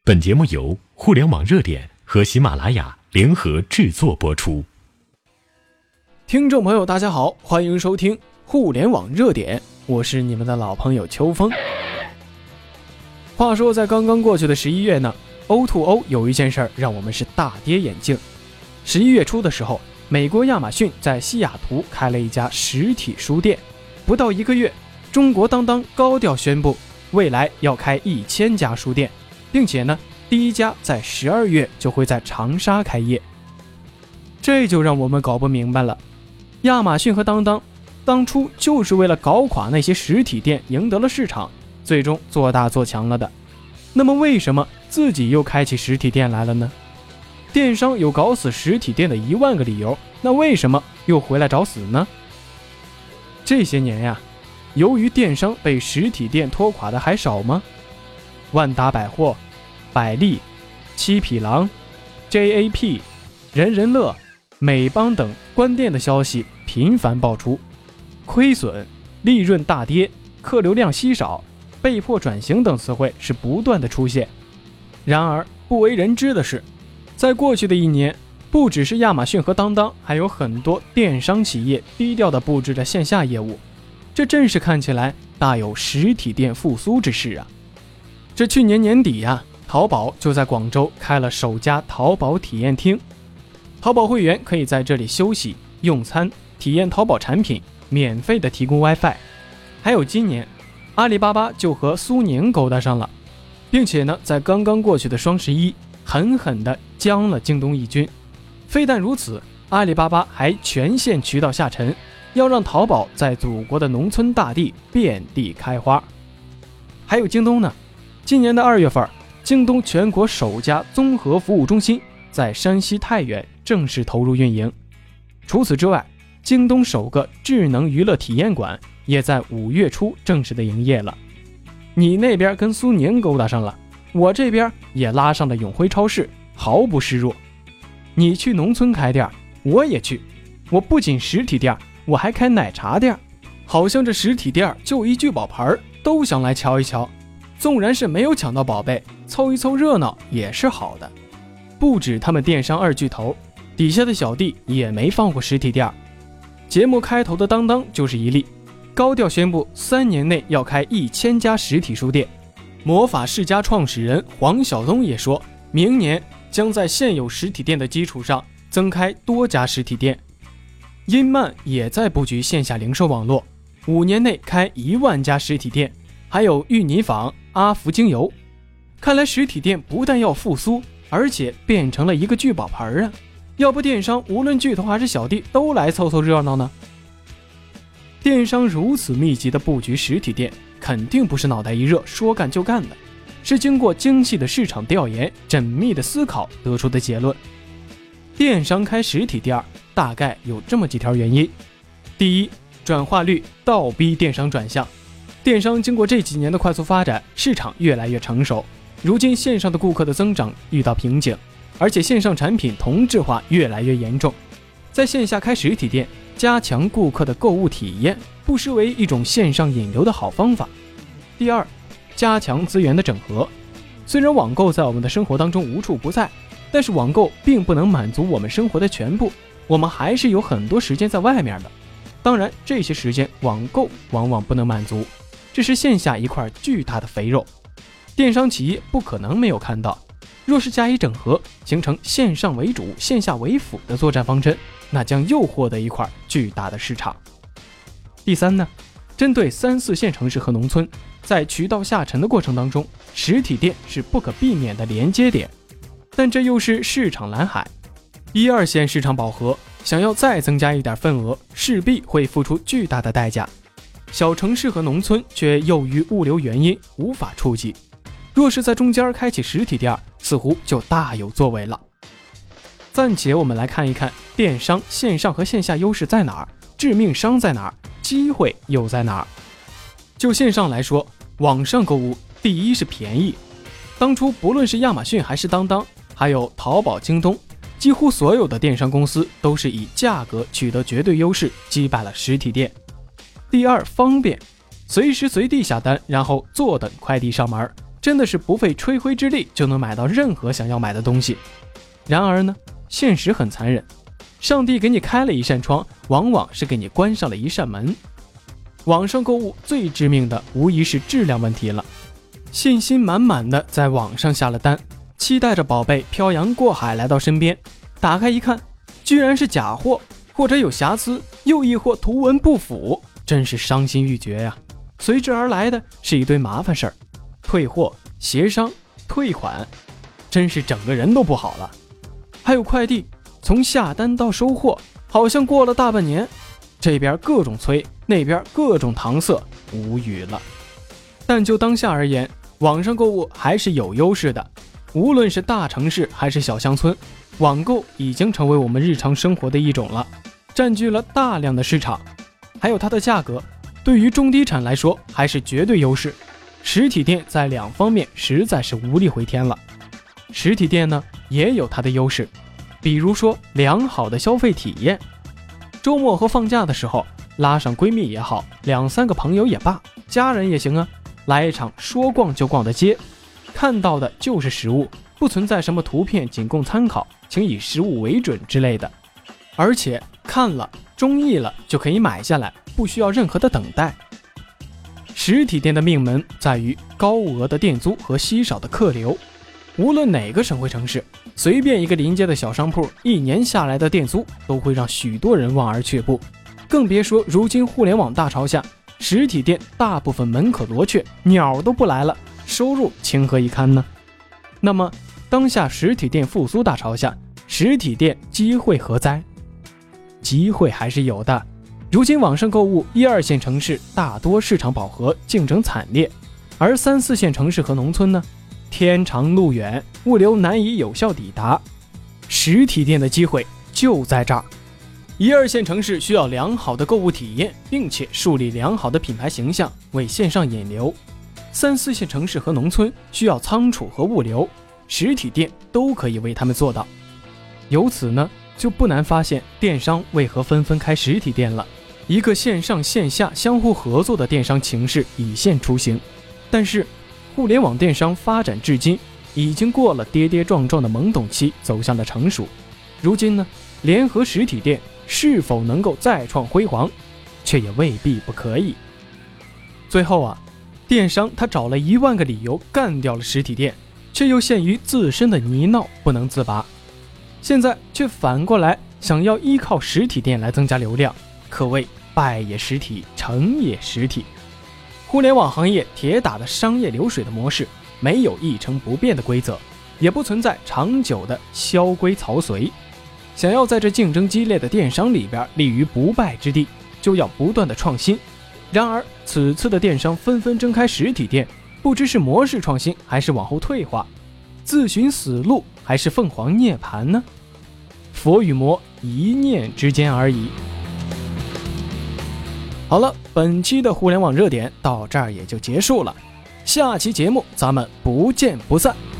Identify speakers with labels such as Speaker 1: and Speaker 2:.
Speaker 1: 本节目由互联网热点和喜马拉雅联合制作播出。
Speaker 2: 听众朋友大家好，欢迎收听互联网热点，我是你们的老朋友秋风。话说在刚刚过去的11月呢， O2O 有一件事让我们是大跌眼镜。11月初的时候，美国亚马逊在西雅图开了一家实体书店，不到1个月，中国当当高调宣布未来要开1000家书店，并且呢，第一家在12月就会在长沙开业。这就让我们搞不明白了，亚马逊和当当当初就是为了搞垮那些实体店赢得了市场，最终做大做强了的。那么为什么自己又开起实体店来了呢？电商有搞死实体店的1万个理由，那为什么又回来找死呢？这些年呀，由于电商被实体店拖垮的还少吗？万达百货、百丽、七匹狼、JAP、人人乐、美邦等关店的消息频繁爆出，亏损、利润大跌、客流量稀少、被迫转型等词汇是不断的出现。然而不为人知的是，在过去的1年，不只是亚马逊和当当，还有很多电商企业低调地布置着线下业务，这正是看起来大有实体店复苏之势啊。这去年年底呀，淘宝就在广州开了首家淘宝体验厅，淘宝会员可以在这里休息、用餐、体验淘宝产品，免费的提供 WiFi。 还有今年阿里巴巴就和苏宁勾搭上了，并且呢，在刚刚过去的双11狠狠地将了京东一军。非但如此，阿里巴巴还全线渠道下沉，要让淘宝在祖国的农村大地遍地开花。还有京东呢，今年的2月份，京东全国首家综合服务中心在山西太原正式投入运营。除此之外，京东首个智能娱乐体验馆也在5月初正式的营业了。你那边跟苏宁勾搭上了，我这边也拉上了永辉超市，毫不示弱。你去农村开店，我也去，我不仅实体店，我还开奶茶店，好像这实体店就一聚宝盆，都想来瞧一瞧。纵然是没有抢到宝贝，凑一凑热闹也是好的。不止他们电商2巨头，底下的小弟也没放过实体店。节目开头的当当就是一例，高调宣布3年内要开1000家实体书店。魔法世家创始人黄晓东也说，明年将在现有实体店的基础上增开多家实体店。茵曼也在布局线下零售网络，5年内开1万家实体店。还有芋泥坊、阿福精油。看来实体店不但要复苏，而且变成了一个聚宝盆啊！要不电商无论巨头还是小弟都来凑凑热闹呢？电商如此密集的布局实体店，肯定不是脑袋一热说干就干的，是经过精细的市场调研、缜密的思考得出的结论。电商开实体店大概有这么几条原因：第一，转化率倒逼电商转向。电商经过这几年的快速发展，市场越来越成熟，如今线上的顾客的增长遇到瓶颈，而且线上产品同质化越来越严重，在线下开实体店，加强顾客的购物体验，不失为一种线上引流的好方法。第二，加强资源的整合。虽然网购在我们的生活当中无处不在，但是网购并不能满足我们生活的全部，我们还是有很多时间在外面的。当然，这些时间网购往往不能满足，这是线下一块巨大的肥肉，电商企业不可能没有看到。若是加以整合，形成线上为主、线下为辅的作战方针，那将又获得一块巨大的市场。第三呢，针对3、4线城市和农村，在渠道下沉的过程当中，实体店是不可避免的连接点，但这又是市场蓝海。1、2线市场饱和，想要再增加一点份额，势必会付出巨大的代价。小城市和农村却由于物流原因无法触及，若是在中间开启实体店，似乎就大有作为了。暂且我们来看一看电商线上和线下优势在哪儿，致命伤在哪儿，机会又在哪儿。就线上来说，网上购物第一是便宜。当初不论是亚马逊还是当当，还有淘宝、京东，几乎所有的电商公司都是以价格取得绝对优势，击败了实体店。第二，方便，随时随地下单，然后坐等快递上门， 真的是不费吹灰之力就能买到任何想要买的东西。然而呢，现实很残忍，上帝给你开了一扇窗，往往是给你关上了一扇门。网上购物最致命的无疑是质量问题了，信心满满的在网上下了单，期待着宝贝漂洋过海来到身边，打开一看，居然是假货，或者有瑕疵，又亦或图文不符，真是伤心欲绝呀。随之而来的是一堆麻烦事儿，退货、协商、退款，真是整个人都不好了。还有快递，从下单到收货，好像过了大半年，这边各种催，那边各种搪塞，无语了。但就当下而言，网上购物还是有优势的，无论是大城市还是小乡村，网购已经成为我们日常生活的一种了，占据了大量的市场。还有它的价格，对于中低产来说还是绝对优势。实体店在两方面实在是无力回天了。实体店呢也有它的优势，比如说良好的消费体验。周末和放假的时候，拉上闺蜜也好，2-3个朋友也罢，家人也行啊，来一场说逛就逛的街，看到的就是实物，不存在什么图片仅供参考，请以实物为准之类的。而且看了中意了就可以买下来，不需要任何的等待。实体店的命门在于高额的店租和稀少的客流，无论哪个省会城市，随便一个临街的小商铺，1年下来的店租都会让许多人望而却步。更别说如今互联网大潮下，实体店大部分门可罗雀，鸟都不来了，收入情何以堪呢？那么当下实体店复苏大潮下，实体店机会何在？机会还是有的。如今网上购物1、2线城市大多市场饱和，竞争惨烈，而3、4线城市和农村呢，天长路远，物流难以有效抵达，实体店的机会就在这儿。1、2线城市需要良好的购物体验，并且树立良好的品牌形象，为线上引流。3、4线城市和农村需要仓储和物流，实体店都可以为他们做到。由此呢，就不难发现电商为何纷纷开实体店了。一个线上线下相互合作的电商形势已现雏形。但是互联网电商发展至今，已经过了跌跌撞撞的懵懂期，走向了成熟。如今呢，联合实体店是否能够再创辉煌，却也未必不可以。最后啊，电商他找了1万个理由干掉了实体店，却又陷于自身的泥淖不能自拔。现在却反过来想要依靠实体店来增加流量，可谓败也实体，成也实体。互联网行业铁打的商业流水的模式，没有一成不变的规则，也不存在长久的萧规曹随。想要在这竞争激烈的电商里边立于不败之地，就要不断的创新。然而此次的电商纷纷睁开实体店，不知是模式创新还是往后退化，自寻死路还是凤凰涅槃呢？佛与魔一念之间而已。好了，本期的互联网热点到这儿也就结束了，下期节目咱们不见不散。